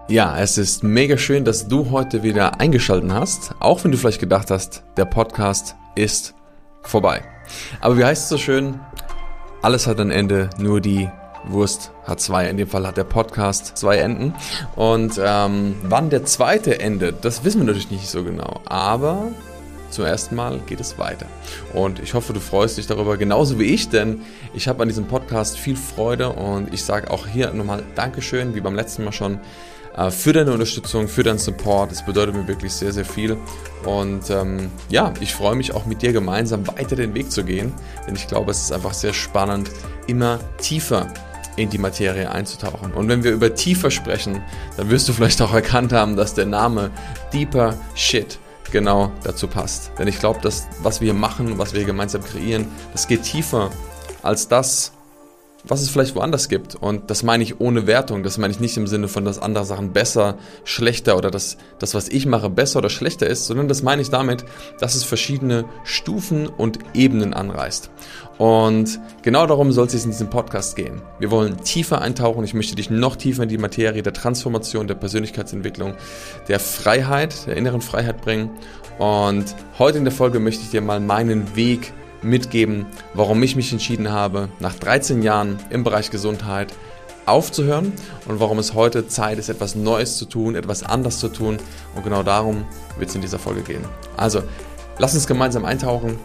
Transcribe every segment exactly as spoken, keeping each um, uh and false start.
Ja, es ist mega schön, dass du heute wieder eingeschaltet hast, auch wenn du vielleicht gedacht hast, der Podcast ist vorbei. Aber wie heißt es so schön, alles hat ein Ende, nur die Wurst hat zwei. In dem Fall hat der Podcast zwei Enden. Und ähm, wann der zweite endet, das wissen wir natürlich nicht so genau. Aber zum ersten Mal geht es weiter. Und ich hoffe, du freust dich darüber genauso wie ich, denn ich habe an diesem Podcast viel Freude und ich sage auch hier nochmal Dankeschön, wie beim letzten Mal schon, für deine Unterstützung, für deinen Support. Das bedeutet mir wirklich sehr, sehr viel. Und ähm, ja, ich freue mich auch mit dir gemeinsam weiter den Weg zu gehen, denn ich glaube, es ist einfach sehr spannend, immer tiefer in die Materie einzutauchen. Und wenn wir über tiefer sprechen, dann wirst du vielleicht auch erkannt haben, dass der Name Deeper Shit genau dazu passt. Denn ich glaube, dass was wir hier machen, was wir hier gemeinsam kreieren, das geht tiefer als das, was es vielleicht woanders gibt. Und das meine ich ohne Wertung. Das meine ich nicht im Sinne von, dass andere Sachen besser, schlechter oder dass das, was ich mache, besser oder schlechter ist, sondern das meine ich damit, dass es verschiedene Stufen und Ebenen anreißt. Und genau darum soll es in diesem Podcast gehen. Wir wollen tiefer eintauchen. Ich möchte dich noch tiefer in die Materie der Transformation, der Persönlichkeitsentwicklung, der Freiheit, der inneren Freiheit bringen. Und heute in der Folge möchte ich dir mal meinen Weg mitgeben, warum ich mich entschieden habe, nach dreizehn Jahren im Bereich Gesundheit aufzuhören und warum es heute Zeit ist, etwas Neues zu tun, etwas anders zu tun. Und genau darum wird es in dieser Folge gehen. Also, lass uns gemeinsam eintauchen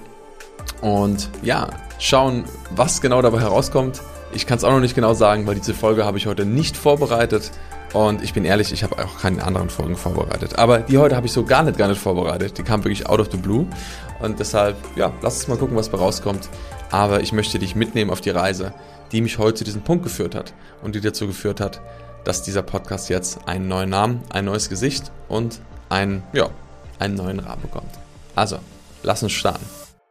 und ja, schauen, was genau dabei herauskommt. Ich kann es auch noch nicht genau sagen, weil diese Folge habe ich heute nicht vorbereitet. Und ich bin ehrlich, ich habe auch keine anderen Folgen vorbereitet. Aber die heute habe ich so gar nicht, gar nicht vorbereitet. Die kam wirklich out of the blue. Und deshalb, ja, lass uns mal gucken, was dabei rauskommt. Aber ich möchte dich mitnehmen auf die Reise, die mich heute zu diesem Punkt geführt hat. Und die dazu geführt hat, dass dieser Podcast jetzt einen neuen Namen, ein neues Gesicht und einen, ja, einen neuen Rahmen bekommt. Also, lass uns starten.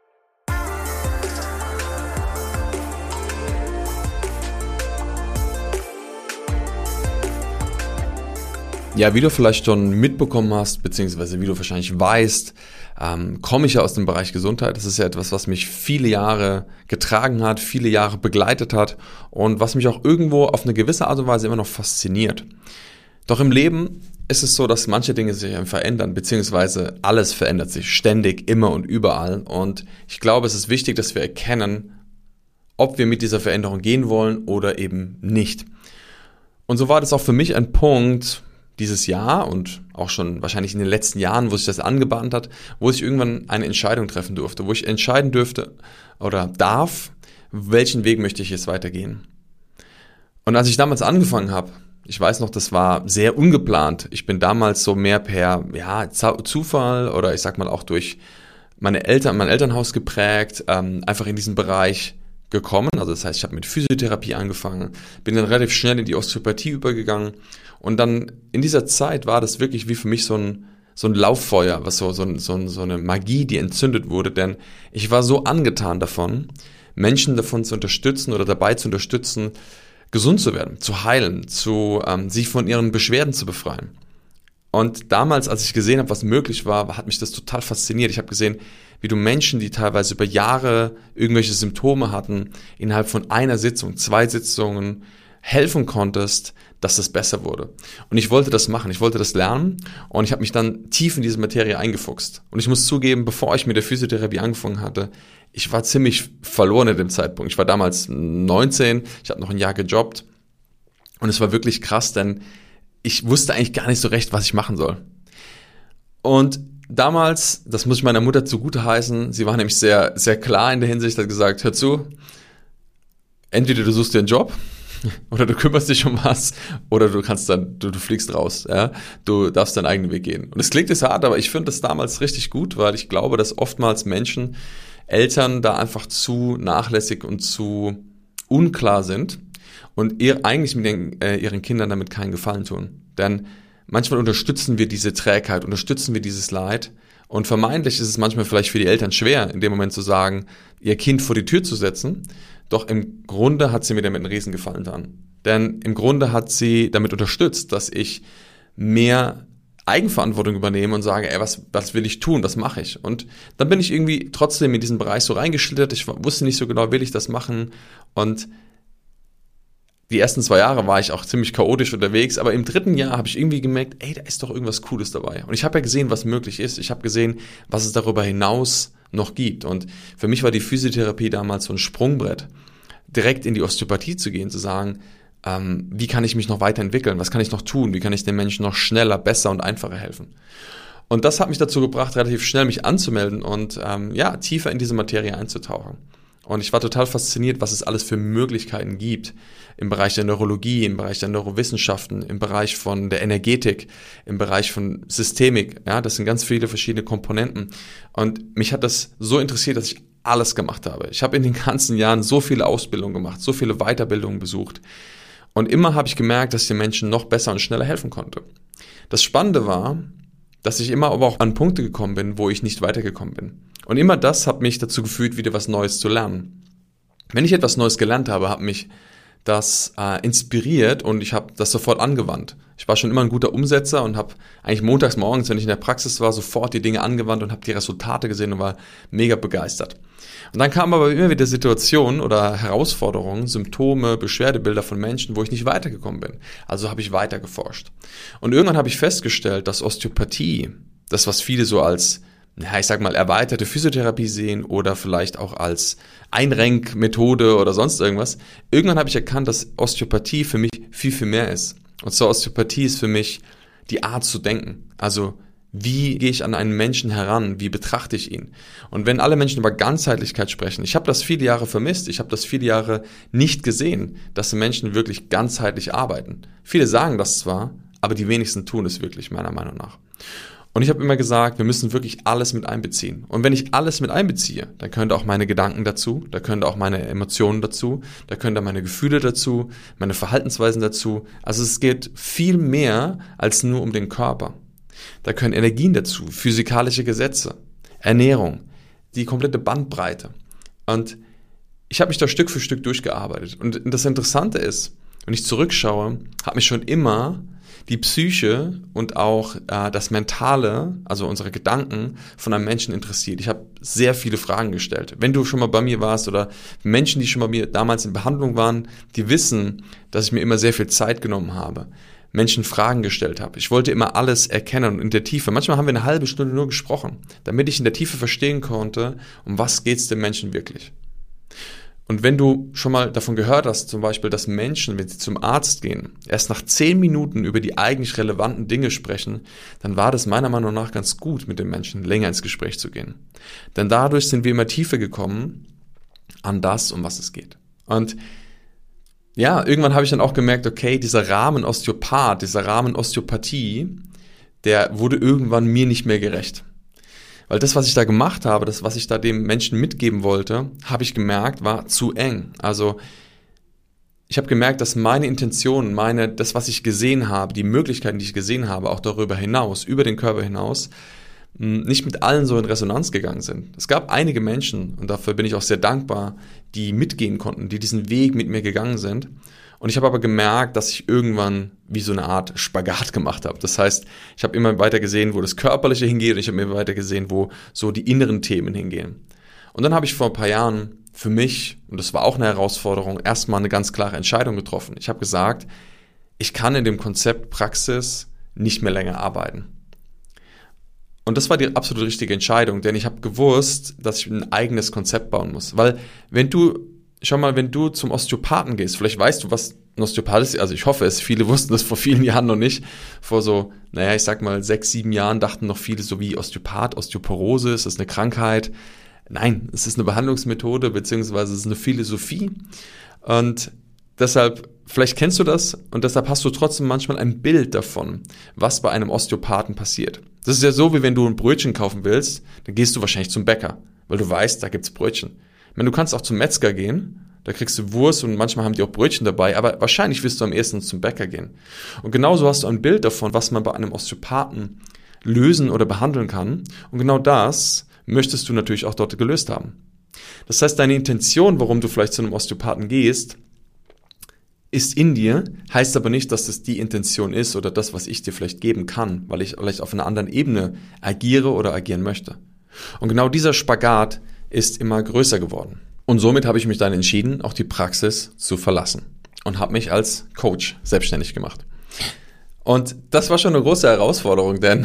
Ja, wie du vielleicht schon mitbekommen hast, beziehungsweise wie du wahrscheinlich weißt, ähm, komme ich ja aus dem Bereich Gesundheit. Das ist ja etwas, was mich viele Jahre getragen hat, viele Jahre begleitet hat und was mich auch irgendwo auf eine gewisse Art und Weise immer noch fasziniert. Doch im Leben ist es so, dass manche Dinge sich verändern, beziehungsweise alles verändert sich ständig, immer und überall. Und ich glaube, es ist wichtig, dass wir erkennen, ob wir mit dieser Veränderung gehen wollen oder eben nicht. Und so war das auch für mich ein Punkt dieses Jahr und auch schon wahrscheinlich in den letzten Jahren, wo sich das angebahnt hat, wo ich irgendwann eine Entscheidung treffen durfte, wo ich entscheiden dürfte oder darf, welchen Weg möchte ich jetzt weitergehen. Und als ich damals angefangen habe, ich weiß noch, das war sehr ungeplant. Ich bin damals so mehr per ja, Zufall oder ich sag mal auch durch meine Eltern, mein Elternhaus geprägt, ähm, einfach in diesen Bereich gekommen. Also das heißt, ich habe mit Physiotherapie angefangen, bin dann relativ schnell in die Osteopathie übergegangen und dann in dieser Zeit war das wirklich wie für mich so ein so ein Lauffeuer, was so so, so, so eine Magie, die entzündet wurde, denn ich war so angetan davon, Menschen davon zu unterstützen oder dabei zu unterstützen, gesund zu werden, zu heilen, zu ähm, sich von ihren Beschwerden zu befreien. Und damals, als ich gesehen habe, was möglich war, hat mich das total fasziniert. Ich habe gesehen, wie du Menschen, die teilweise über Jahre irgendwelche Symptome hatten, innerhalb von einer Sitzung, zwei Sitzungen helfen konntest, dass es besser wurde. Und ich wollte das machen, ich wollte das lernen und ich habe mich dann tief in diese Materie eingefuchst. Und ich muss zugeben, bevor ich mit der Physiotherapie angefangen hatte, ich war ziemlich verloren in dem Zeitpunkt. Ich war damals neunzehn, ich habe noch ein Jahr gejobbt und es war wirklich krass, denn ich wusste eigentlich gar nicht so recht, was ich machen soll. Und damals, das muss ich meiner Mutter zugute heißen, sie war nämlich sehr, sehr klar in der Hinsicht, hat gesagt, hör zu, entweder du suchst dir einen Job oder du kümmerst dich um was oder du kannst dann, du, du fliegst raus, ja, du darfst deinen eigenen Weg gehen. Und es klingt jetzt hart, aber ich finde das damals richtig gut, weil ich glaube, dass oftmals Menschen, Eltern da einfach zu nachlässig und zu unklar sind und ihr eigentlich mit den, äh, ihren Kindern damit keinen Gefallen tun. Denn manchmal unterstützen wir diese Trägheit, unterstützen wir dieses Leid und vermeintlich ist es manchmal vielleicht für die Eltern schwer, in dem Moment zu sagen, ihr Kind vor die Tür zu setzen, doch im Grunde hat sie mir damit einen Riesengefallen getan. Denn im Grunde hat sie damit unterstützt, dass ich mehr Eigenverantwortung übernehme und sage, ey, was, was will ich tun, was mache ich? Und dann bin ich irgendwie trotzdem in diesen Bereich so reingeschlittert, ich wusste nicht so genau, will ich das machen und die ersten zwei Jahre war ich auch ziemlich chaotisch unterwegs, aber im dritten Jahr habe ich irgendwie gemerkt, ey, da ist doch irgendwas Cooles dabei. Und ich habe ja gesehen, was möglich ist. Ich habe gesehen, was es darüber hinaus noch gibt. Und für mich war die Physiotherapie damals so ein Sprungbrett, direkt in die Osteopathie zu gehen, zu sagen, ähm, wie kann ich mich noch weiterentwickeln, was kann ich noch tun, wie kann ich den Menschen noch schneller, besser und einfacher helfen. Und das hat mich dazu gebracht, relativ schnell mich anzumelden und ähm, ja, tiefer in diese Materie einzutauchen. Und ich war total fasziniert, was es alles für Möglichkeiten gibt im Bereich der Neurologie, im Bereich der Neurowissenschaften, im Bereich von der Energetik, im Bereich von Systemik. Ja, das sind ganz viele verschiedene Komponenten. Und mich hat das so interessiert, dass ich alles gemacht habe. Ich habe in den ganzen Jahren so viele Ausbildungen gemacht, so viele Weiterbildungen besucht. Und immer habe ich gemerkt, dass ich den Menschen noch besser und schneller helfen konnte. Das Spannende war, dass ich immer aber auch an Punkte gekommen bin, wo ich nicht weitergekommen bin. Und immer das hat mich dazu geführt, wieder was Neues zu lernen. Wenn ich etwas Neues gelernt habe, hat mich das äh, inspiriert und ich habe das sofort angewandt. Ich war schon immer ein guter Umsetzer und habe eigentlich montags morgens, wenn ich in der Praxis war, sofort die Dinge angewandt und habe die Resultate gesehen und war mega begeistert. Und dann kamen aber immer wieder Situationen oder Herausforderungen, Symptome, Beschwerdebilder von Menschen, wo ich nicht weitergekommen bin. Also habe ich weiter geforscht. Und irgendwann habe ich festgestellt, dass Osteopathie, das was viele so als, ja, ich sag mal, erweiterte Physiotherapie sehen oder vielleicht auch als Einrenkmethode oder sonst irgendwas. Irgendwann habe ich erkannt, dass Osteopathie für mich viel, viel mehr ist. Und zwar Osteopathie ist für mich die Art zu denken. Also wie gehe ich an einen Menschen heran? Wie betrachte ich ihn? Und wenn alle Menschen über Ganzheitlichkeit sprechen, ich habe das viele Jahre vermisst, ich habe das viele Jahre nicht gesehen, dass die Menschen wirklich ganzheitlich arbeiten. Viele sagen das zwar, aber die wenigsten tun es wirklich, meiner Meinung nach. Und ich habe immer gesagt, wir müssen wirklich alles mit einbeziehen. Und wenn ich alles mit einbeziehe, dann können da auch meine Gedanken dazu, da können da auch meine Emotionen dazu, da können da meine Gefühle dazu, meine Verhaltensweisen dazu. Also es geht viel mehr als nur um den Körper. Da können Energien dazu, physikalische Gesetze, Ernährung, die komplette Bandbreite. Und ich habe mich da Stück für Stück durchgearbeitet. Und das Interessante ist, wenn ich zurückschaue, hat mich schon immer die Psyche und auch äh, das Mentale, also unsere Gedanken von einem Menschen interessiert. Ich habe sehr viele Fragen gestellt. Wenn du schon mal bei mir warst oder Menschen, die schon mal bei mir damals in Behandlung waren, die wissen, dass ich mir immer sehr viel Zeit genommen habe, Menschen Fragen gestellt habe. Ich wollte immer alles erkennen und in der Tiefe. Manchmal haben wir eine halbe Stunde nur gesprochen, damit ich in der Tiefe verstehen konnte, um was geht es dem Menschen wirklich. Und wenn du schon mal davon gehört hast, zum Beispiel, dass Menschen, wenn sie zum Arzt gehen, erst nach zehn Minuten über die eigentlich relevanten Dinge sprechen, dann war das meiner Meinung nach ganz gut, mit den Menschen länger ins Gespräch zu gehen. Denn dadurch sind wir immer tiefer gekommen an das, um was es geht. Und ja, irgendwann habe ich dann auch gemerkt, okay, dieser Rahmen Osteopath, dieser Rahmen Osteopathie, der wurde irgendwann mir nicht mehr gerecht. Weil das, was ich da gemacht habe, das, was ich da dem Menschen mitgeben wollte, habe ich gemerkt, war zu eng. Also ich habe gemerkt, dass meine Intention, meine, das, was ich gesehen habe, die Möglichkeiten, die ich gesehen habe, auch darüber hinaus, über den Körper hinaus, nicht mit allen so in Resonanz gegangen sind. Es gab einige Menschen, und dafür bin ich auch sehr dankbar, die mitgehen konnten, die diesen Weg mit mir gegangen sind. Und ich habe aber gemerkt, dass ich irgendwann wie so eine Art Spagat gemacht habe. Das heißt, ich habe immer weiter gesehen, wo das Körperliche hingeht und ich habe immer weiter gesehen, wo so die inneren Themen hingehen. Und dann habe ich vor ein paar Jahren für mich, und das war auch eine Herausforderung, erstmal eine ganz klare Entscheidung getroffen. Ich habe gesagt, ich kann in dem Konzept Praxis nicht mehr länger arbeiten. Und das war die absolut richtige Entscheidung, denn ich habe gewusst, dass ich ein eigenes Konzept bauen muss. Weil wenn du Schau mal, wenn du zum Osteopathen gehst, vielleicht weißt du, was ein Osteopath ist, also ich hoffe es, viele wussten das vor vielen Jahren noch nicht. Vor so, naja, ich sag mal, sechs, sieben Jahren dachten noch viele so wie Osteopath, Osteoporose, ist das eine Krankheit? Nein, es ist eine Behandlungsmethode, beziehungsweise es ist eine Philosophie. Und deshalb, vielleicht kennst du das und deshalb hast du trotzdem manchmal ein Bild davon, was bei einem Osteopathen passiert. Das ist ja so, wie wenn du ein Brötchen kaufen willst, dann gehst du wahrscheinlich zum Bäcker, weil du weißt, da gibt's Brötchen. Wenn du kannst auch zum Metzger gehen, da kriegst du Wurst und manchmal haben die auch Brötchen dabei, aber wahrscheinlich wirst du am ehesten zum Bäcker gehen. Und genauso hast du ein Bild davon, was man bei einem Osteopathen lösen oder behandeln kann. Und genau das möchtest du natürlich auch dort gelöst haben. Das heißt, deine Intention, warum du vielleicht zu einem Osteopathen gehst, ist in dir, heißt aber nicht, dass das die Intention ist oder das, was ich dir vielleicht geben kann, weil ich vielleicht auf einer anderen Ebene agiere oder agieren möchte. Und genau dieser Spagat ist immer größer geworden. Und somit habe ich mich dann entschieden, auch die Praxis zu verlassen. und habe mich als Coach selbstständig gemacht. Und das war schon eine große Herausforderung, denn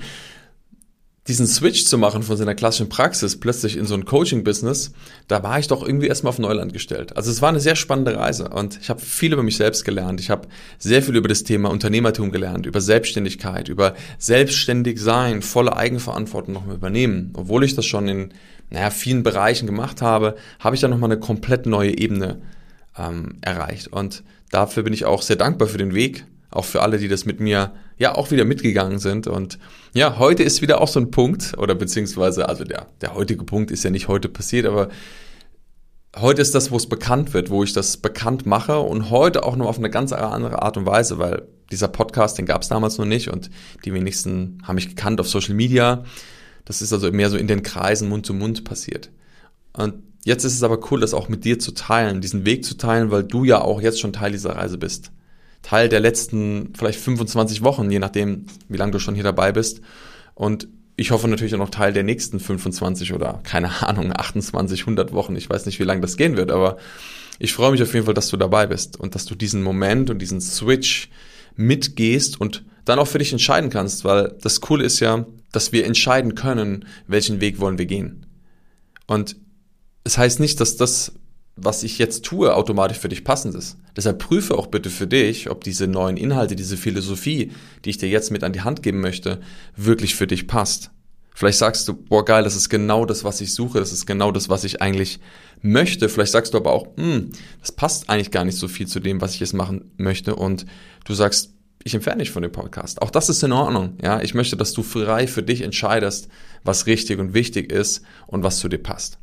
diesen Switch zu machen von seiner klassischen Praxis plötzlich in so ein Coaching-Business, da war ich doch irgendwie erstmal auf Neuland gestellt. Also es war eine sehr spannende Reise und ich habe viel über mich selbst gelernt. Ich habe sehr viel über das Thema Unternehmertum gelernt, über Selbstständigkeit, über selbstständig sein, volle Eigenverantwortung noch mal übernehmen. Obwohl ich das schon in naja, vielen Bereichen gemacht habe, habe ich da nochmal eine komplett neue Ebene ähm, erreicht. Und dafür bin ich auch sehr dankbar für den Weg, auch für alle, die das mit mir ja auch wieder mitgegangen sind. Und ja, heute ist wieder auch so ein Punkt, oder beziehungsweise, also der, der heutige Punkt ist ja nicht heute passiert, aber heute ist das, wo es bekannt wird, wo ich das bekannt mache und heute auch noch auf eine ganz andere Art und Weise, weil dieser Podcast, den gab es damals noch nicht und die wenigsten haben mich gekannt auf Social Media. Das ist also mehr so in den Kreisen Mund zu Mund passiert. Und jetzt ist es aber cool, das auch mit dir zu teilen, diesen Weg zu teilen, weil du ja auch jetzt schon Teil dieser Reise bist. Teil der letzten vielleicht fünfundzwanzig Wochen, je nachdem, wie lange du schon hier dabei bist. Und ich hoffe natürlich auch noch Teil der nächsten fünfundzwanzig oder, keine Ahnung, achtundzwanzig, hundert Wochen. Ich weiß nicht, wie lange das gehen wird, aber ich freue mich auf jeden Fall, dass du dabei bist und dass du diesen Moment und diesen Switch mitgehst und dann auch für dich entscheiden kannst, weil das Coole ist ja, dass wir entscheiden können, welchen Weg wollen wir gehen. Und es heißt nicht, dass das, was ich jetzt tue, automatisch für dich passend ist. Deshalb prüfe auch bitte für dich, ob diese neuen Inhalte, diese Philosophie, die ich dir jetzt mit an die Hand geben möchte, wirklich für dich passt. Vielleicht sagst du, boah geil, das ist genau das, was ich suche, das ist genau das, was ich eigentlich möchte. Vielleicht sagst du aber auch, hm, das passt eigentlich gar nicht so viel zu dem, was ich jetzt machen möchte und du sagst, ich entferne dich von dem Podcast. Auch das ist in Ordnung. Ja, ich möchte, dass du frei für dich entscheidest, was richtig und wichtig ist und was zu dir passt.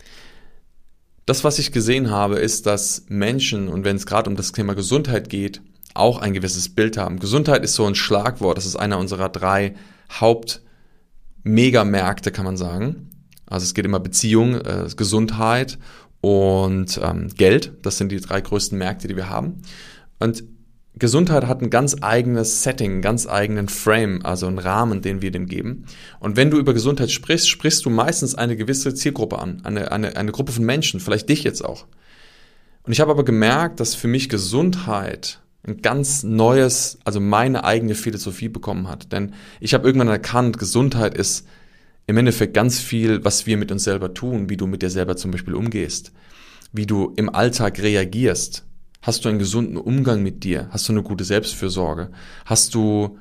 Das, was ich gesehen habe, ist, dass Menschen, und wenn es gerade um das Thema Gesundheit geht, auch ein gewisses Bild haben. Gesundheit ist so ein Schlagwort, das ist einer unserer drei Haupt-Megamärkte, kann man sagen. Also es geht immer Beziehung, äh, Gesundheit und ähm, Geld. Das sind die drei größten Märkte, die wir haben. Und Gesundheit hat ein ganz eigenes Setting, einen ganz eigenen Frame, also einen Rahmen, den wir dem geben. Und wenn du über Gesundheit sprichst, sprichst du meistens eine gewisse Zielgruppe an, eine, eine, eine Gruppe von Menschen, vielleicht dich jetzt auch. Und ich habe aber gemerkt, dass für mich Gesundheit ein ganz neues, also meine eigene Philosophie bekommen hat. Denn ich habe irgendwann erkannt, Gesundheit ist im Endeffekt ganz viel, was wir mit uns selber tun, wie du mit dir selber zum Beispiel umgehst, wie du im Alltag reagierst. Hast du einen gesunden Umgang mit dir? Hast du eine gute Selbstfürsorge? Hast du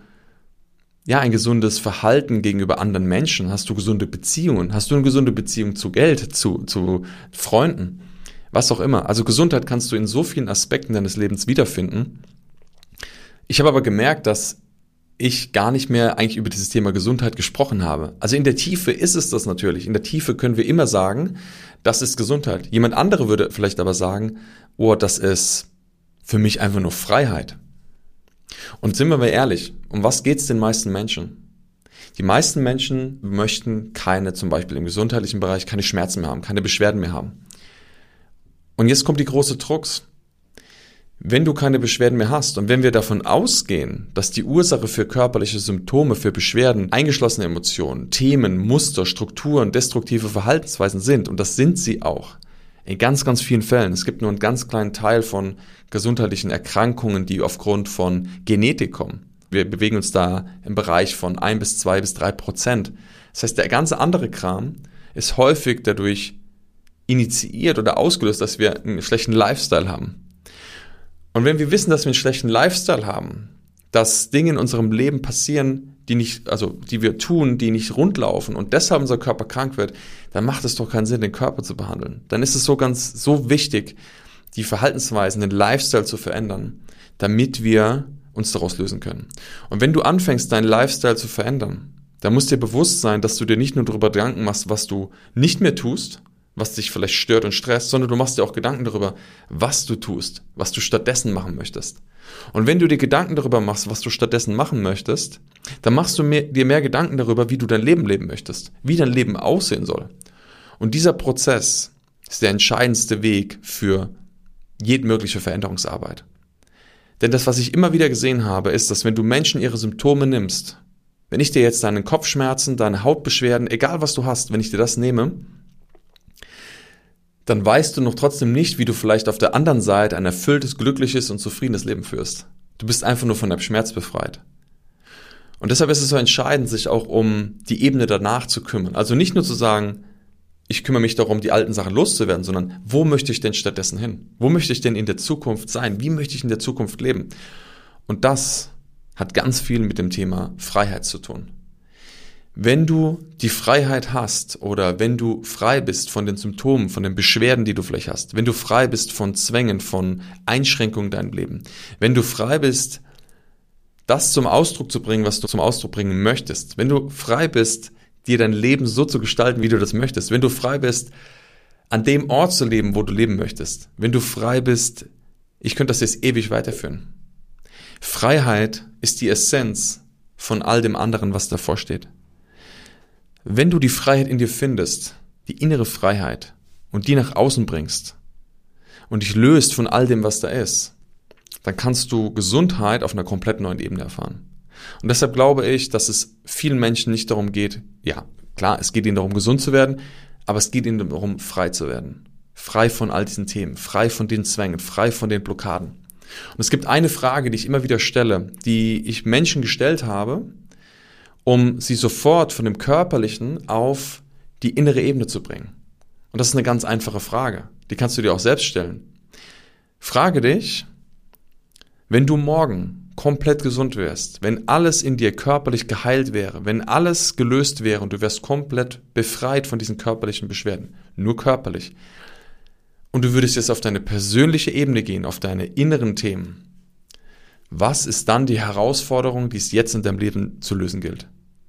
ja ein gesundes Verhalten gegenüber anderen Menschen? Hast du gesunde Beziehungen? Hast du eine gesunde Beziehung zu Geld, zu, zu Freunden? Was auch immer. Also Gesundheit kannst du in so vielen Aspekten deines Lebens wiederfinden. Ich habe aber gemerkt, dass ich gar nicht mehr eigentlich über dieses Thema Gesundheit gesprochen habe. Also in der Tiefe ist es das natürlich. In der Tiefe können wir immer sagen, das ist Gesundheit. Jemand andere würde vielleicht aber sagen, oh, das ist für mich einfach nur Freiheit. Und sind wir mal ehrlich, um was geht es den meisten Menschen? Die meisten Menschen möchten keine, zum Beispiel im gesundheitlichen Bereich, keine Schmerzen mehr haben, keine Beschwerden mehr haben. Und jetzt kommt die große Krux. Wenn du keine Beschwerden mehr hast und wenn wir davon ausgehen, dass die Ursache für körperliche Symptome, für Beschwerden, eingeschlossene Emotionen, Themen, Muster, Strukturen, destruktive Verhaltensweisen sind, und das sind sie auch, in ganz, ganz vielen Fällen. Es gibt nur einen ganz kleinen Teil von gesundheitlichen Erkrankungen, die aufgrund von Genetik kommen. Wir bewegen uns da im Bereich von ein bis zwei bis drei Prozent. Das heißt, der ganze andere Kram ist häufig dadurch initiiert oder ausgelöst, dass wir einen schlechten Lifestyle haben. Und wenn wir wissen, dass wir einen schlechten Lifestyle haben, dass Dinge in unserem Leben passieren, die nicht, also die wir tun, die nicht rund laufen und deshalb unser Körper krank wird, dann macht es doch keinen Sinn, den Körper zu behandeln. Dann ist es so ganz so wichtig, die Verhaltensweisen, den Lifestyle zu verändern, damit wir uns daraus lösen können. Und wenn du anfängst, deinen Lifestyle zu verändern, dann muss dir bewusst sein, dass du dir nicht nur darüber Gedanken machst, was du nicht mehr tust, was dich vielleicht stört und stresst, sondern du machst dir auch Gedanken darüber, was du tust, was du stattdessen machen möchtest. Und wenn du dir Gedanken darüber machst, was du stattdessen machen möchtest, dann machst du mehr, dir mehr Gedanken darüber, wie du dein Leben leben möchtest, wie dein Leben aussehen soll. Und dieser Prozess ist der entscheidendste Weg für jede mögliche Veränderungsarbeit. Denn das, was ich immer wieder gesehen habe, ist, dass wenn du Menschen ihre Symptome nimmst, wenn ich dir jetzt deine Kopfschmerzen, deine Hautbeschwerden, egal was du hast, wenn ich dir das nehme, dann weißt du noch trotzdem nicht, wie du vielleicht auf der anderen Seite ein erfülltes, glückliches und zufriedenes Leben führst. Du bist einfach nur von deinem Schmerz befreit. Und deshalb ist es so entscheidend, sich auch um die Ebene danach zu kümmern. Also nicht nur zu sagen, ich kümmere mich darum, die alten Sachen loszuwerden, sondern wo möchte ich denn stattdessen hin? Wo möchte ich denn in der Zukunft sein? Wie möchte ich in der Zukunft leben? Und das hat ganz viel mit dem Thema Freiheit zu tun. Wenn du die Freiheit hast oder wenn du frei bist von den Symptomen, von den Beschwerden, die du vielleicht hast, wenn du frei bist von Zwängen, von Einschränkungen in deinem Leben, wenn du frei bist, das zum Ausdruck zu bringen, was du zum Ausdruck bringen möchtest, wenn du frei bist, dir dein Leben so zu gestalten, wie du das möchtest, wenn du frei bist, an dem Ort zu leben, wo du leben möchtest, wenn du frei bist, ich könnte das jetzt ewig weiterführen. Freiheit ist die Essenz von all dem anderen, was davor steht. Wenn du die Freiheit in dir findest, die innere Freiheit, und die nach außen bringst und dich löst von all dem, was da ist, dann kannst du Gesundheit auf einer komplett neuen Ebene erfahren. Und deshalb glaube ich, dass es vielen Menschen nicht darum geht, ja, klar, es geht ihnen darum, gesund zu werden, aber es geht ihnen darum, frei zu werden. Frei von all diesen Themen, frei von den Zwängen, frei von den Blockaden. Und es gibt eine Frage, die ich immer wieder stelle, die ich Menschen gestellt habe, um sie sofort von dem Körperlichen auf die innere Ebene zu bringen. Und das ist eine ganz einfache Frage. Die kannst du dir auch selbst stellen. Frage dich, wenn du morgen komplett gesund wärst, wenn alles in dir körperlich geheilt wäre, wenn alles gelöst wäre und du wärst komplett befreit von diesen körperlichen Beschwerden, nur körperlich, und du würdest jetzt auf deine persönliche Ebene gehen, auf deine inneren Themen, was ist dann die Herausforderung, die es jetzt in deinem Leben zu lösen gilt?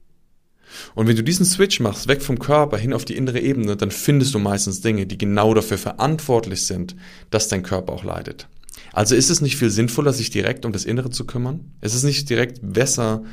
Und wenn du diesen Switch machst, weg vom Körper hin auf die innere Ebene, dann findest du meistens Dinge, die genau dafür verantwortlich sind, dass dein Körper auch leidet. Also ist es nicht viel sinnvoller, sich direkt um das Innere zu kümmern? Ist es nicht direkt besser,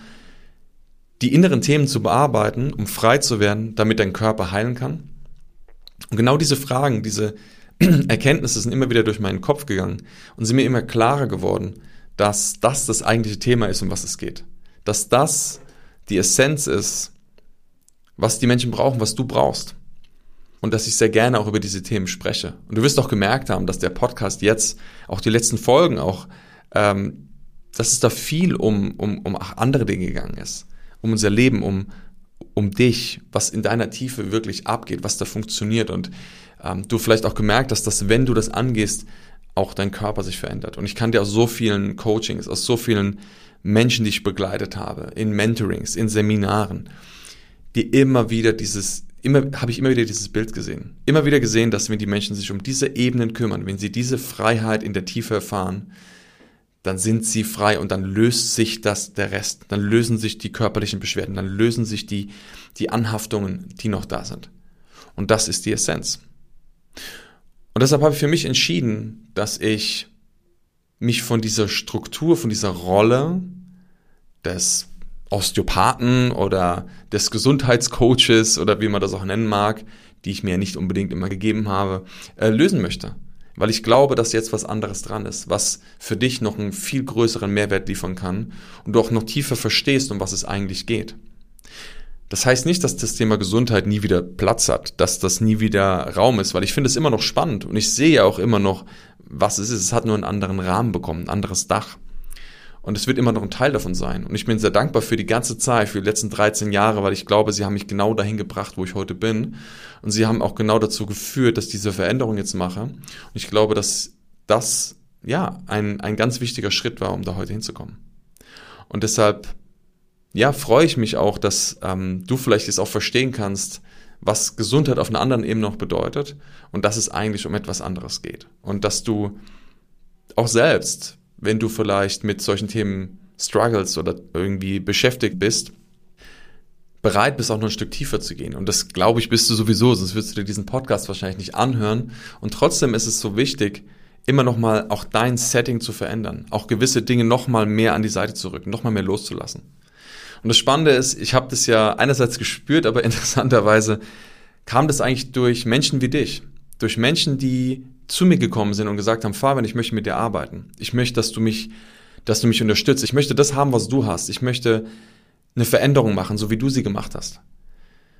die inneren Themen zu bearbeiten, um frei zu werden, damit dein Körper heilen kann? Und genau diese Fragen, diese Erkenntnisse sind immer wieder durch meinen Kopf gegangen und sind mir immer klarer geworden, dass das das eigentliche Thema ist, um was es geht. Dass das die Essenz ist, was die Menschen brauchen, was du brauchst. Und dass ich sehr gerne auch über diese Themen spreche. Und du wirst auch gemerkt haben, dass der Podcast jetzt, auch die letzten Folgen auch, ähm, dass es da viel um, um, um andere Dinge gegangen ist. Um unser Leben, um, um dich, was in deiner Tiefe wirklich abgeht, was da funktioniert. Und ähm, du vielleicht auch gemerkt hast, dass wenn du das angehst, auch dein Körper sich verändert. Und ich kann dir aus so vielen Coachings, aus so vielen Menschen, die ich begleitet habe, in Mentorings, in Seminaren, die immer wieder dieses, immer habe ich immer wieder dieses Bild gesehen. Immer wieder gesehen, dass wenn die Menschen sich um diese Ebenen kümmern, wenn sie diese Freiheit in der Tiefe erfahren, dann sind sie frei und dann löst sich das der Rest. Dann lösen sich die körperlichen Beschwerden, dann lösen sich die, die Anhaftungen, die noch da sind. Und das ist die Essenz. Und deshalb habe ich für mich entschieden, dass ich mich von dieser Struktur, von dieser Rolle des Osteopathen oder des Gesundheitscoaches oder wie man das auch nennen mag, die ich mir nicht unbedingt immer gegeben habe, äh, lösen möchte. Weil ich glaube, dass jetzt was anderes dran ist, was für dich noch einen viel größeren Mehrwert liefern kann und du auch noch tiefer verstehst, um was es eigentlich geht. Das heißt nicht, dass das Thema Gesundheit nie wieder Platz hat, dass das nie wieder Raum ist, weil ich finde es immer noch spannend und ich sehe ja auch immer noch, was es ist. Es hat nur einen anderen Rahmen bekommen, ein anderes Dach. Und es wird immer noch ein Teil davon sein. Und ich bin sehr dankbar für die ganze Zeit, für die letzten dreizehn Jahre, weil ich glaube, sie haben mich genau dahin gebracht, wo ich heute bin. Und sie haben auch genau dazu geführt, dass ich diese Veränderung jetzt mache. Und ich glaube, dass das ja ein, ein ganz wichtiger Schritt war, um da heute hinzukommen. Und deshalb ja, freue ich mich auch, dass ähm, du vielleicht jetzt auch verstehen kannst, was Gesundheit auf einer anderen Ebene noch bedeutet und dass es eigentlich um etwas anderes geht. Und dass du auch selbst, wenn du vielleicht mit solchen Themen struggles oder irgendwie beschäftigt bist, bereit bist, auch noch ein Stück tiefer zu gehen. Und das, glaube ich, bist du sowieso, sonst würdest du dir diesen Podcast wahrscheinlich nicht anhören. Und trotzdem ist es so wichtig, immer noch mal auch dein Setting zu verändern, auch gewisse Dinge noch mal mehr an die Seite zu rücken, noch mal mehr loszulassen. Und das Spannende ist, ich habe das ja einerseits gespürt, aber interessanterweise kam das eigentlich durch Menschen wie dich, durch Menschen, die zu mir gekommen sind und gesagt haben, Fabian, ich möchte mit dir arbeiten. Ich möchte, dass du mich, dass du mich unterstützt. Ich möchte das haben, was du hast. Ich möchte eine Veränderung machen, so wie du sie gemacht hast.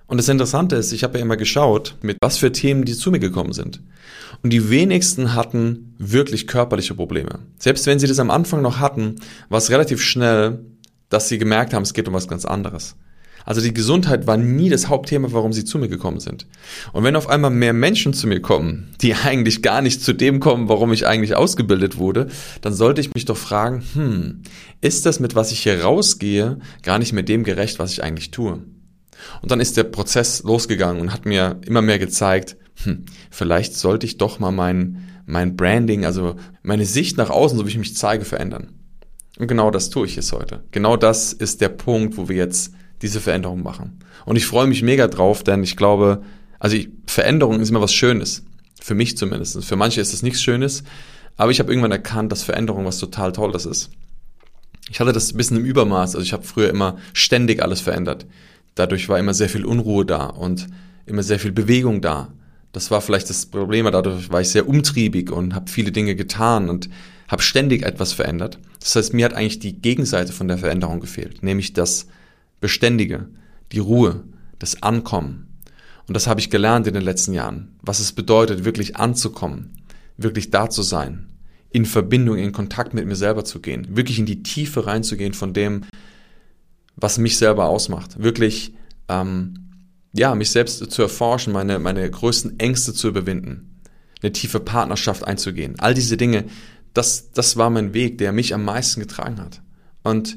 Und das Interessante ist, ich habe ja immer geschaut, mit was für Themen die zu mir gekommen sind. Und die wenigsten hatten wirklich körperliche Probleme. Selbst wenn sie das am Anfang noch hatten, war es relativ schnell, dass sie gemerkt haben, es geht um was ganz anderes. Also die Gesundheit war nie das Hauptthema, warum sie zu mir gekommen sind. Und wenn auf einmal mehr Menschen zu mir kommen, die eigentlich gar nicht zu dem kommen, warum ich eigentlich ausgebildet wurde, dann sollte ich mich doch fragen, hm, ist das, mit was ich hier rausgehe, gar nicht mehr dem gerecht, was ich eigentlich tue? Und dann ist der Prozess losgegangen und hat mir immer mehr gezeigt, hm, vielleicht sollte ich doch mal mein, mein Branding, also meine Sicht nach außen, so wie ich mich zeige, verändern. Und genau das tue ich jetzt heute. Genau das ist der Punkt, wo wir jetzt diese Veränderung machen. Und ich freue mich mega drauf, denn ich glaube, also ich, Veränderung ist immer was Schönes. Für mich zumindest. Für manche ist es nichts Schönes, aber ich habe irgendwann erkannt, dass Veränderung was total Tolles ist. Ich hatte das ein bisschen im Übermaß, also ich habe früher immer ständig alles verändert. Dadurch war immer sehr viel Unruhe da und immer sehr viel Bewegung da. Das war vielleicht das Problem, dadurch war ich sehr umtriebig und habe viele Dinge getan und habe ständig etwas verändert. Das heißt, mir hat eigentlich die Gegenseite von der Veränderung gefehlt, nämlich das Beständige, die Ruhe, das Ankommen. Und das habe ich gelernt in den letzten Jahren, was es bedeutet, wirklich anzukommen, wirklich da zu sein, in Verbindung, in Kontakt mit mir selber zu gehen, wirklich in die Tiefe reinzugehen von dem, was mich selber ausmacht, wirklich ähm, ja, mich selbst zu erforschen, meine, meine größten Ängste zu überwinden, eine tiefe Partnerschaft einzugehen. All diese Dinge, das, das war mein Weg, der mich am meisten getragen hat. Und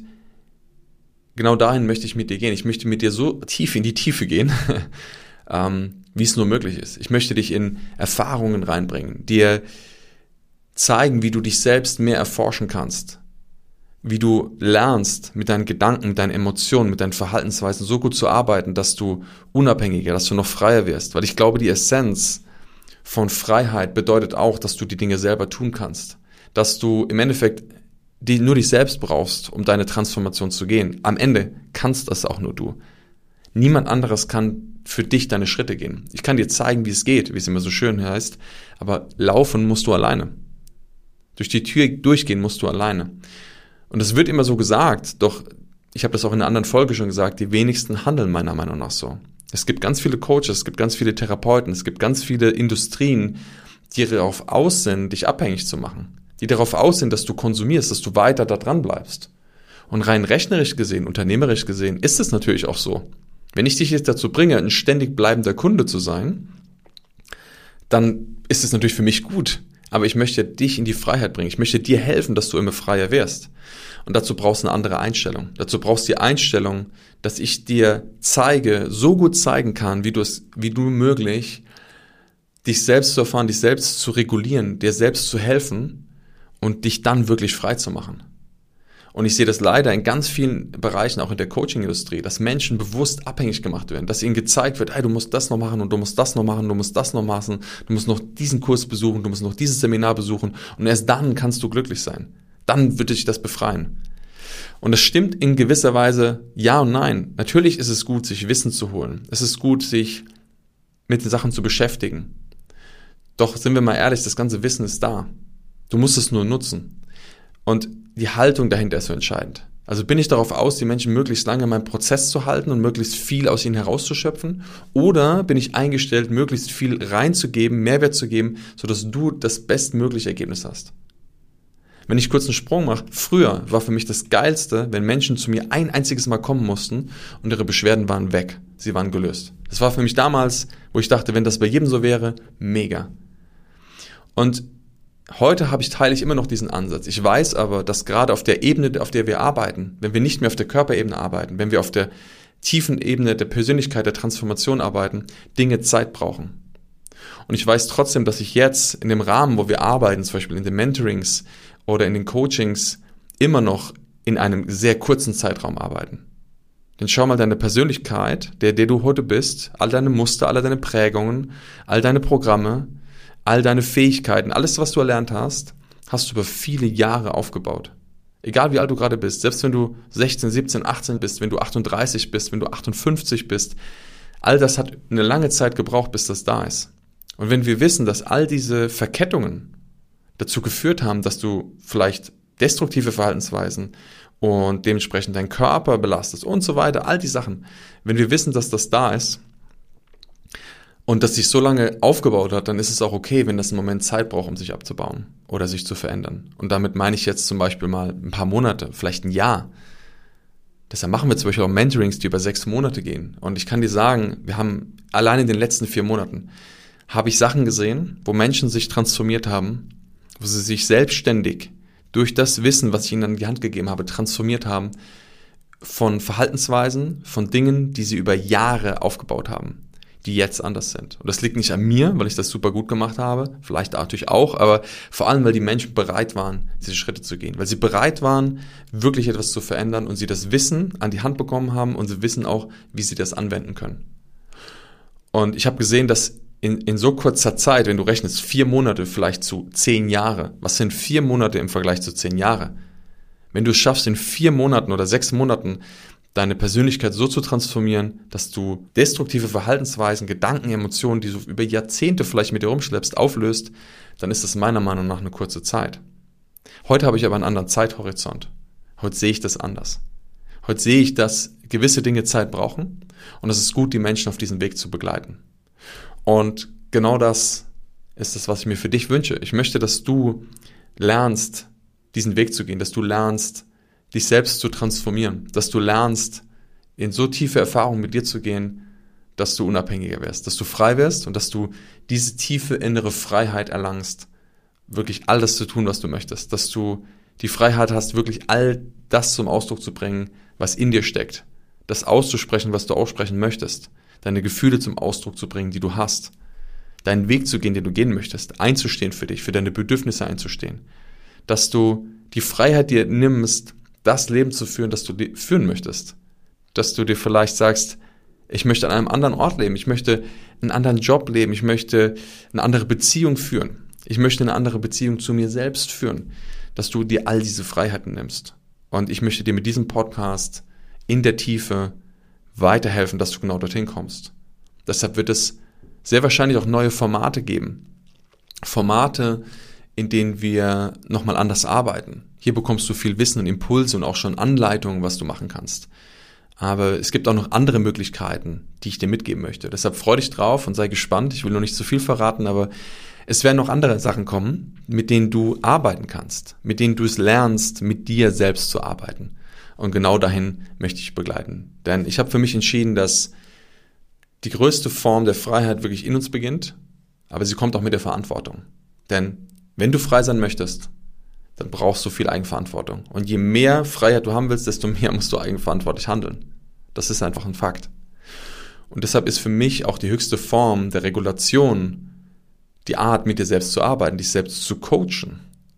genau dahin möchte ich mit dir gehen. Ich möchte mit dir so tief in die Tiefe gehen, ähm, wie es nur möglich ist. Ich möchte dich in Erfahrungen reinbringen, dir zeigen, wie du dich selbst mehr erforschen kannst, wie du lernst, mit deinen Gedanken, mit deinen Emotionen, mit deinen Verhaltensweisen so gut zu arbeiten, dass du unabhängiger, dass du noch freier wirst. Weil ich glaube, die Essenz von Freiheit bedeutet auch, dass du die Dinge selber tun kannst. Dass du im Endeffekt die nur dich selbst brauchst, um deine Transformation zu gehen. Am Ende kannst das auch nur du. Niemand anderes kann für dich deine Schritte gehen. Ich kann dir zeigen, wie es geht, wie es immer so schön heißt, aber laufen musst du alleine. Durch die Tür durchgehen musst du alleine. Und es wird immer so gesagt, doch ich habe das auch in einer anderen Folge schon gesagt, die wenigsten handeln meiner Meinung nach so. Es gibt ganz viele Coaches, es gibt ganz viele Therapeuten, es gibt ganz viele Industrien, die darauf aus sind, dich abhängig zu machen. Die darauf aus sind, dass du konsumierst, dass du weiter da dran bleibst. Und rein rechnerisch gesehen, unternehmerisch gesehen, ist es natürlich auch so. Wenn ich dich jetzt dazu bringe, ein ständig bleibender Kunde zu sein, dann ist es natürlich für mich gut. Aber ich möchte dich in die Freiheit bringen. Ich möchte dir helfen, dass du immer freier wirst. Und dazu brauchst du eine andere Einstellung. Dazu brauchst du die Einstellung, dass ich dir zeige, so gut zeigen kann, wie du es, wie du möglich, dich selbst zu erfahren, dich selbst zu regulieren, dir selbst zu helfen und dich dann wirklich frei zu machen. Und ich sehe das leider in ganz vielen Bereichen, auch in der Coaching-Industrie, dass Menschen bewusst abhängig gemacht werden, dass ihnen gezeigt wird, hey, du musst das noch machen und du musst das noch machen, du musst das noch machen, du musst noch diesen Kurs besuchen, du musst noch dieses Seminar besuchen und erst dann kannst du glücklich sein. Dann wird dich das befreien. Und das stimmt in gewisser Weise ja und nein. Natürlich ist es gut, sich Wissen zu holen. Es ist gut, sich mit den Sachen zu beschäftigen. Doch sind wir mal ehrlich, das ganze Wissen ist da. Du musst es nur nutzen. Und die Haltung dahinter ist so entscheidend. Also bin ich darauf aus, die Menschen möglichst lange in meinem Prozess zu halten und möglichst viel aus ihnen herauszuschöpfen? Oder bin ich eingestellt, möglichst viel reinzugeben, Mehrwert zu geben, sodass du das bestmögliche Ergebnis hast? Wenn ich kurz einen Sprung mache, früher war für mich das Geilste, wenn Menschen zu mir ein einziges Mal kommen mussten und ihre Beschwerden waren weg. Sie waren gelöst. Das war für mich damals, wo ich dachte, wenn das bei jedem so wäre, mega. Und heute habe ich, teile ich immer noch diesen Ansatz. Ich weiß aber, dass gerade auf der Ebene, auf der wir arbeiten, wenn wir nicht mehr auf der Körperebene arbeiten, wenn wir auf der tiefen Ebene der Persönlichkeit, der Transformation arbeiten, Dinge Zeit brauchen. Und ich weiß trotzdem, dass ich jetzt in dem Rahmen, wo wir arbeiten, zum Beispiel in den Mentorings oder in den Coachings, immer noch in einem sehr kurzen Zeitraum arbeiten. Denn schau mal, deine Persönlichkeit, der, der du heute bist, all deine Muster, all deine Prägungen, all deine Programme, all deine Fähigkeiten, alles, was du erlernt hast, hast du über viele Jahre aufgebaut. Egal wie alt du gerade bist, selbst wenn du sechzehn, siebzehn, achtzehn bist, wenn du achtunddreißig bist, wenn du achtundfünfzig bist, all das hat eine lange Zeit gebraucht, bis das da ist. Und wenn wir wissen, dass all diese Verkettungen dazu geführt haben, dass du vielleicht destruktive Verhaltensweisen und dementsprechend deinen Körper belastest und so weiter, all die Sachen, wenn wir wissen, dass das da ist, und das sich so lange aufgebaut hat, dann ist es auch okay, wenn das einen Moment Zeit braucht, um sich abzubauen oder sich zu verändern. Und damit meine ich jetzt zum Beispiel mal ein paar Monate, vielleicht ein Jahr. Deshalb machen wir zum Beispiel auch Mentorings, die über sechs Monate gehen. Und ich kann dir sagen, wir haben allein in den letzten vier Monaten habe ich Sachen gesehen, wo Menschen sich transformiert haben, wo sie sich selbstständig durch das Wissen, was ich ihnen an die Hand gegeben habe, transformiert haben von Verhaltensweisen, von Dingen, die sie über Jahre aufgebaut haben, die jetzt anders sind. Und das liegt nicht an mir, weil ich das super gut gemacht habe, vielleicht natürlich auch, aber vor allem, weil die Menschen bereit waren, diese Schritte zu gehen, weil sie bereit waren, wirklich etwas zu verändern und sie das Wissen an die Hand bekommen haben und sie wissen auch, wie sie das anwenden können. Und ich habe gesehen, dass in, in so kurzer Zeit, wenn du rechnest, vier Monate vielleicht zu zehn Jahre, was sind vier Monate im Vergleich zu zehn Jahre? Wenn du es schaffst, in vier Monaten oder sechs Monaten deine Persönlichkeit so zu transformieren, dass du destruktive Verhaltensweisen, Gedanken, Emotionen, die du über Jahrzehnte vielleicht mit dir rumschleppst, auflöst, dann ist das meiner Meinung nach eine kurze Zeit. Heute habe ich aber einen anderen Zeithorizont. Heute sehe ich das anders. Heute sehe ich, dass gewisse Dinge Zeit brauchen und es ist gut, die Menschen auf diesen Weg zu begleiten. Und genau das ist das, was ich mir für dich wünsche. Ich möchte, dass du lernst, diesen Weg zu gehen, dass du lernst, dich selbst zu transformieren, dass du lernst, in so tiefe Erfahrungen mit dir zu gehen, dass du unabhängiger wirst, dass du frei wirst und dass du diese tiefe innere Freiheit erlangst, wirklich alles zu tun, was du möchtest, dass du die Freiheit hast, wirklich all das zum Ausdruck zu bringen, was in dir steckt, das auszusprechen, was du aussprechen möchtest, deine Gefühle zum Ausdruck zu bringen, die du hast, deinen Weg zu gehen, den du gehen möchtest, einzustehen für dich, für deine Bedürfnisse einzustehen, dass du die Freiheit dir nimmst, das Leben zu führen, das du führen möchtest. Dass du dir vielleicht sagst, ich möchte an einem anderen Ort leben, ich möchte einen anderen Job leben, ich möchte eine andere Beziehung führen, ich möchte eine andere Beziehung zu mir selbst führen, dass du dir all diese Freiheiten nimmst. Und ich möchte dir mit diesem Podcast in der Tiefe weiterhelfen, dass du genau dorthin kommst. Deshalb wird es sehr wahrscheinlich auch neue Formate geben. Formate, in denen wir nochmal anders arbeiten. Hier bekommst du viel Wissen und Impulse und auch schon Anleitungen, was du machen kannst. Aber es gibt auch noch andere Möglichkeiten, die ich dir mitgeben möchte. Deshalb freu dich drauf und sei gespannt. Ich will noch nicht zu viel verraten, aber es werden noch andere Sachen kommen, mit denen du arbeiten kannst, mit denen du es lernst, mit dir selbst zu arbeiten. Und genau dahin möchte ich begleiten. Denn ich habe für mich entschieden, dass die größte Form der Freiheit wirklich in uns beginnt, aber sie kommt auch mit der Verantwortung. Denn wenn du frei sein möchtest, dann brauchst du viel Eigenverantwortung. Und je mehr Freiheit du haben willst, desto mehr musst du eigenverantwortlich handeln. Das ist einfach ein Fakt. Und deshalb ist für mich auch die höchste Form der Regulation die Art, mit dir selbst zu arbeiten, dich selbst zu coachen.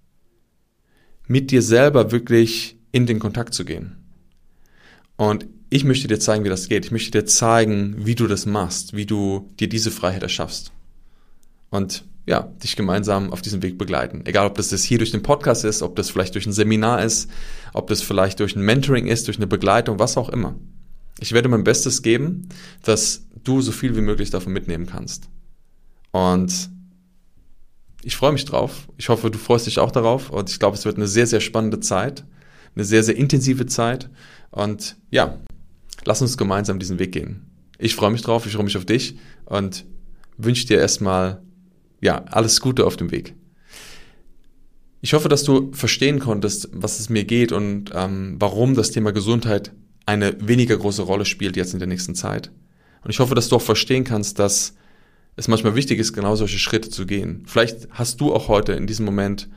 Mit dir selber wirklich in den Kontakt zu gehen. Und ich möchte dir zeigen, wie das geht. Ich möchte dir zeigen, wie du das machst, wie du dir diese Freiheit erschaffst. Und ja, dich gemeinsam auf diesem Weg begleiten. Egal, ob das jetzt hier durch den Podcast ist, ob das vielleicht durch ein Seminar ist, ob das vielleicht durch ein Mentoring ist, durch eine Begleitung, was auch immer. Ich werde mein Bestes geben, dass du so viel wie möglich davon mitnehmen kannst. Und ich freue mich drauf. Ich hoffe, du freust dich auch darauf. Und ich glaube, es wird eine sehr, sehr spannende Zeit. Eine sehr, sehr intensive Zeit. Und ja, lass uns gemeinsam diesen Weg gehen. Ich freue mich drauf, ich freue mich auf dich und wünsche dir erstmal ja, alles Gute auf dem Weg. Ich hoffe, dass du verstehen konntest, was es mir geht und ähm, warum das Thema Gesundheit eine weniger große Rolle spielt jetzt in der nächsten Zeit. Und ich hoffe, dass du auch verstehen kannst, dass es manchmal wichtig ist, genau solche Schritte zu gehen. Vielleicht hast du auch heute in diesem Moment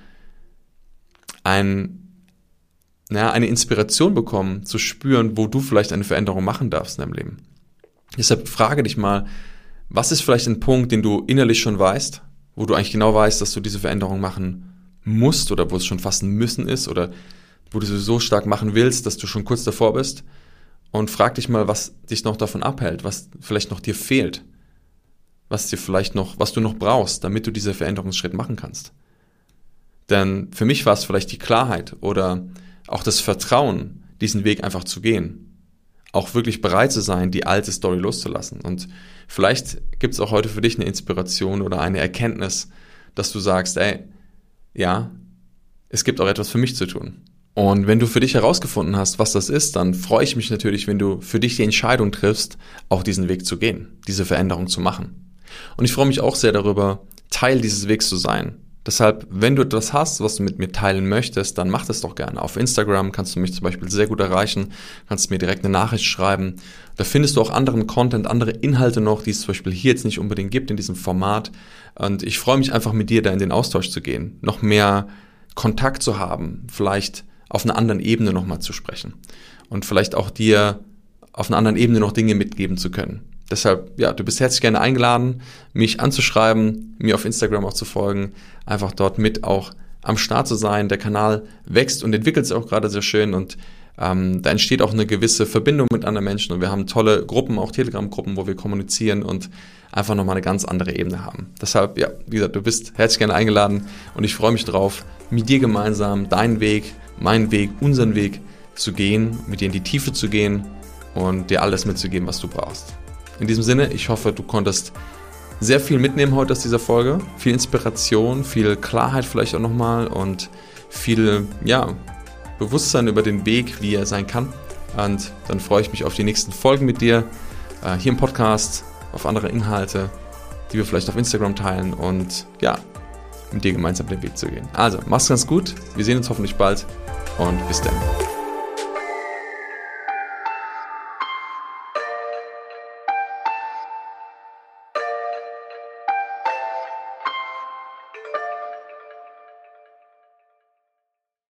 ein, naja, eine Inspiration bekommen, zu spüren, wo du vielleicht eine Veränderung machen darfst in deinem Leben. Deshalb frage dich mal, was ist vielleicht ein Punkt, den du innerlich schon weißt, wo du eigentlich genau weißt, dass du diese Veränderung machen musst oder wo es schon fast ein Müssen ist oder wo du sie so stark machen willst, dass du schon kurz davor bist, und frag dich mal, was dich noch davon abhält, was vielleicht noch dir fehlt, was dir vielleicht noch, was du noch brauchst, damit du diesen Veränderungsschritt machen kannst. Denn für mich war es vielleicht die Klarheit oder auch das Vertrauen, diesen Weg einfach zu gehen. Auch wirklich bereit zu sein, die alte Story loszulassen. Und vielleicht gibt es auch heute für dich eine Inspiration oder eine Erkenntnis, dass du sagst, ey, ja, es gibt auch etwas für mich zu tun. Und wenn du für dich herausgefunden hast, was das ist, dann freue ich mich natürlich, wenn du für dich die Entscheidung triffst, auch diesen Weg zu gehen, diese Veränderung zu machen. Und ich freue mich auch sehr darüber, Teil dieses Wegs zu sein. Deshalb, wenn du etwas hast, was du mit mir teilen möchtest, dann mach das doch gerne. Auf Instagram kannst du mich zum Beispiel sehr gut erreichen, kannst mir direkt eine Nachricht schreiben. Da findest du auch anderen Content, andere Inhalte noch, die es zum Beispiel hier jetzt nicht unbedingt gibt in diesem Format. Und ich freue mich einfach, mit dir da in den Austausch zu gehen, noch mehr Kontakt zu haben, vielleicht auf einer anderen Ebene nochmal zu sprechen und vielleicht auch dir auf einer anderen Ebene noch Dinge mitgeben zu können. Deshalb, ja, du bist herzlich gerne eingeladen, mich anzuschreiben, mir auf Instagram auch zu folgen, einfach dort mit auch am Start zu sein. Der Kanal wächst und entwickelt sich auch gerade sehr schön und ähm, da entsteht auch eine gewisse Verbindung mit anderen Menschen und wir haben tolle Gruppen, auch Telegram-Gruppen, wo wir kommunizieren und einfach nochmal eine ganz andere Ebene haben. Deshalb, ja, wie gesagt, du bist herzlich gerne eingeladen und ich freue mich drauf, mit dir gemeinsam deinen Weg, meinen Weg, unseren Weg zu gehen, mit dir in die Tiefe zu gehen und dir alles mitzugeben, was du brauchst. In diesem Sinne, ich hoffe, du konntest sehr viel mitnehmen heute aus dieser Folge. Viel Inspiration, viel Klarheit vielleicht auch nochmal und viel, ja, Bewusstsein über den Weg, wie er sein kann. Und dann freue ich mich auf die nächsten Folgen mit dir, äh, hier im Podcast, auf andere Inhalte, die wir vielleicht auf Instagram teilen und ja, mit dir gemeinsam den Weg zu gehen. Also, mach's ganz gut. Wir sehen uns hoffentlich bald und bis dann.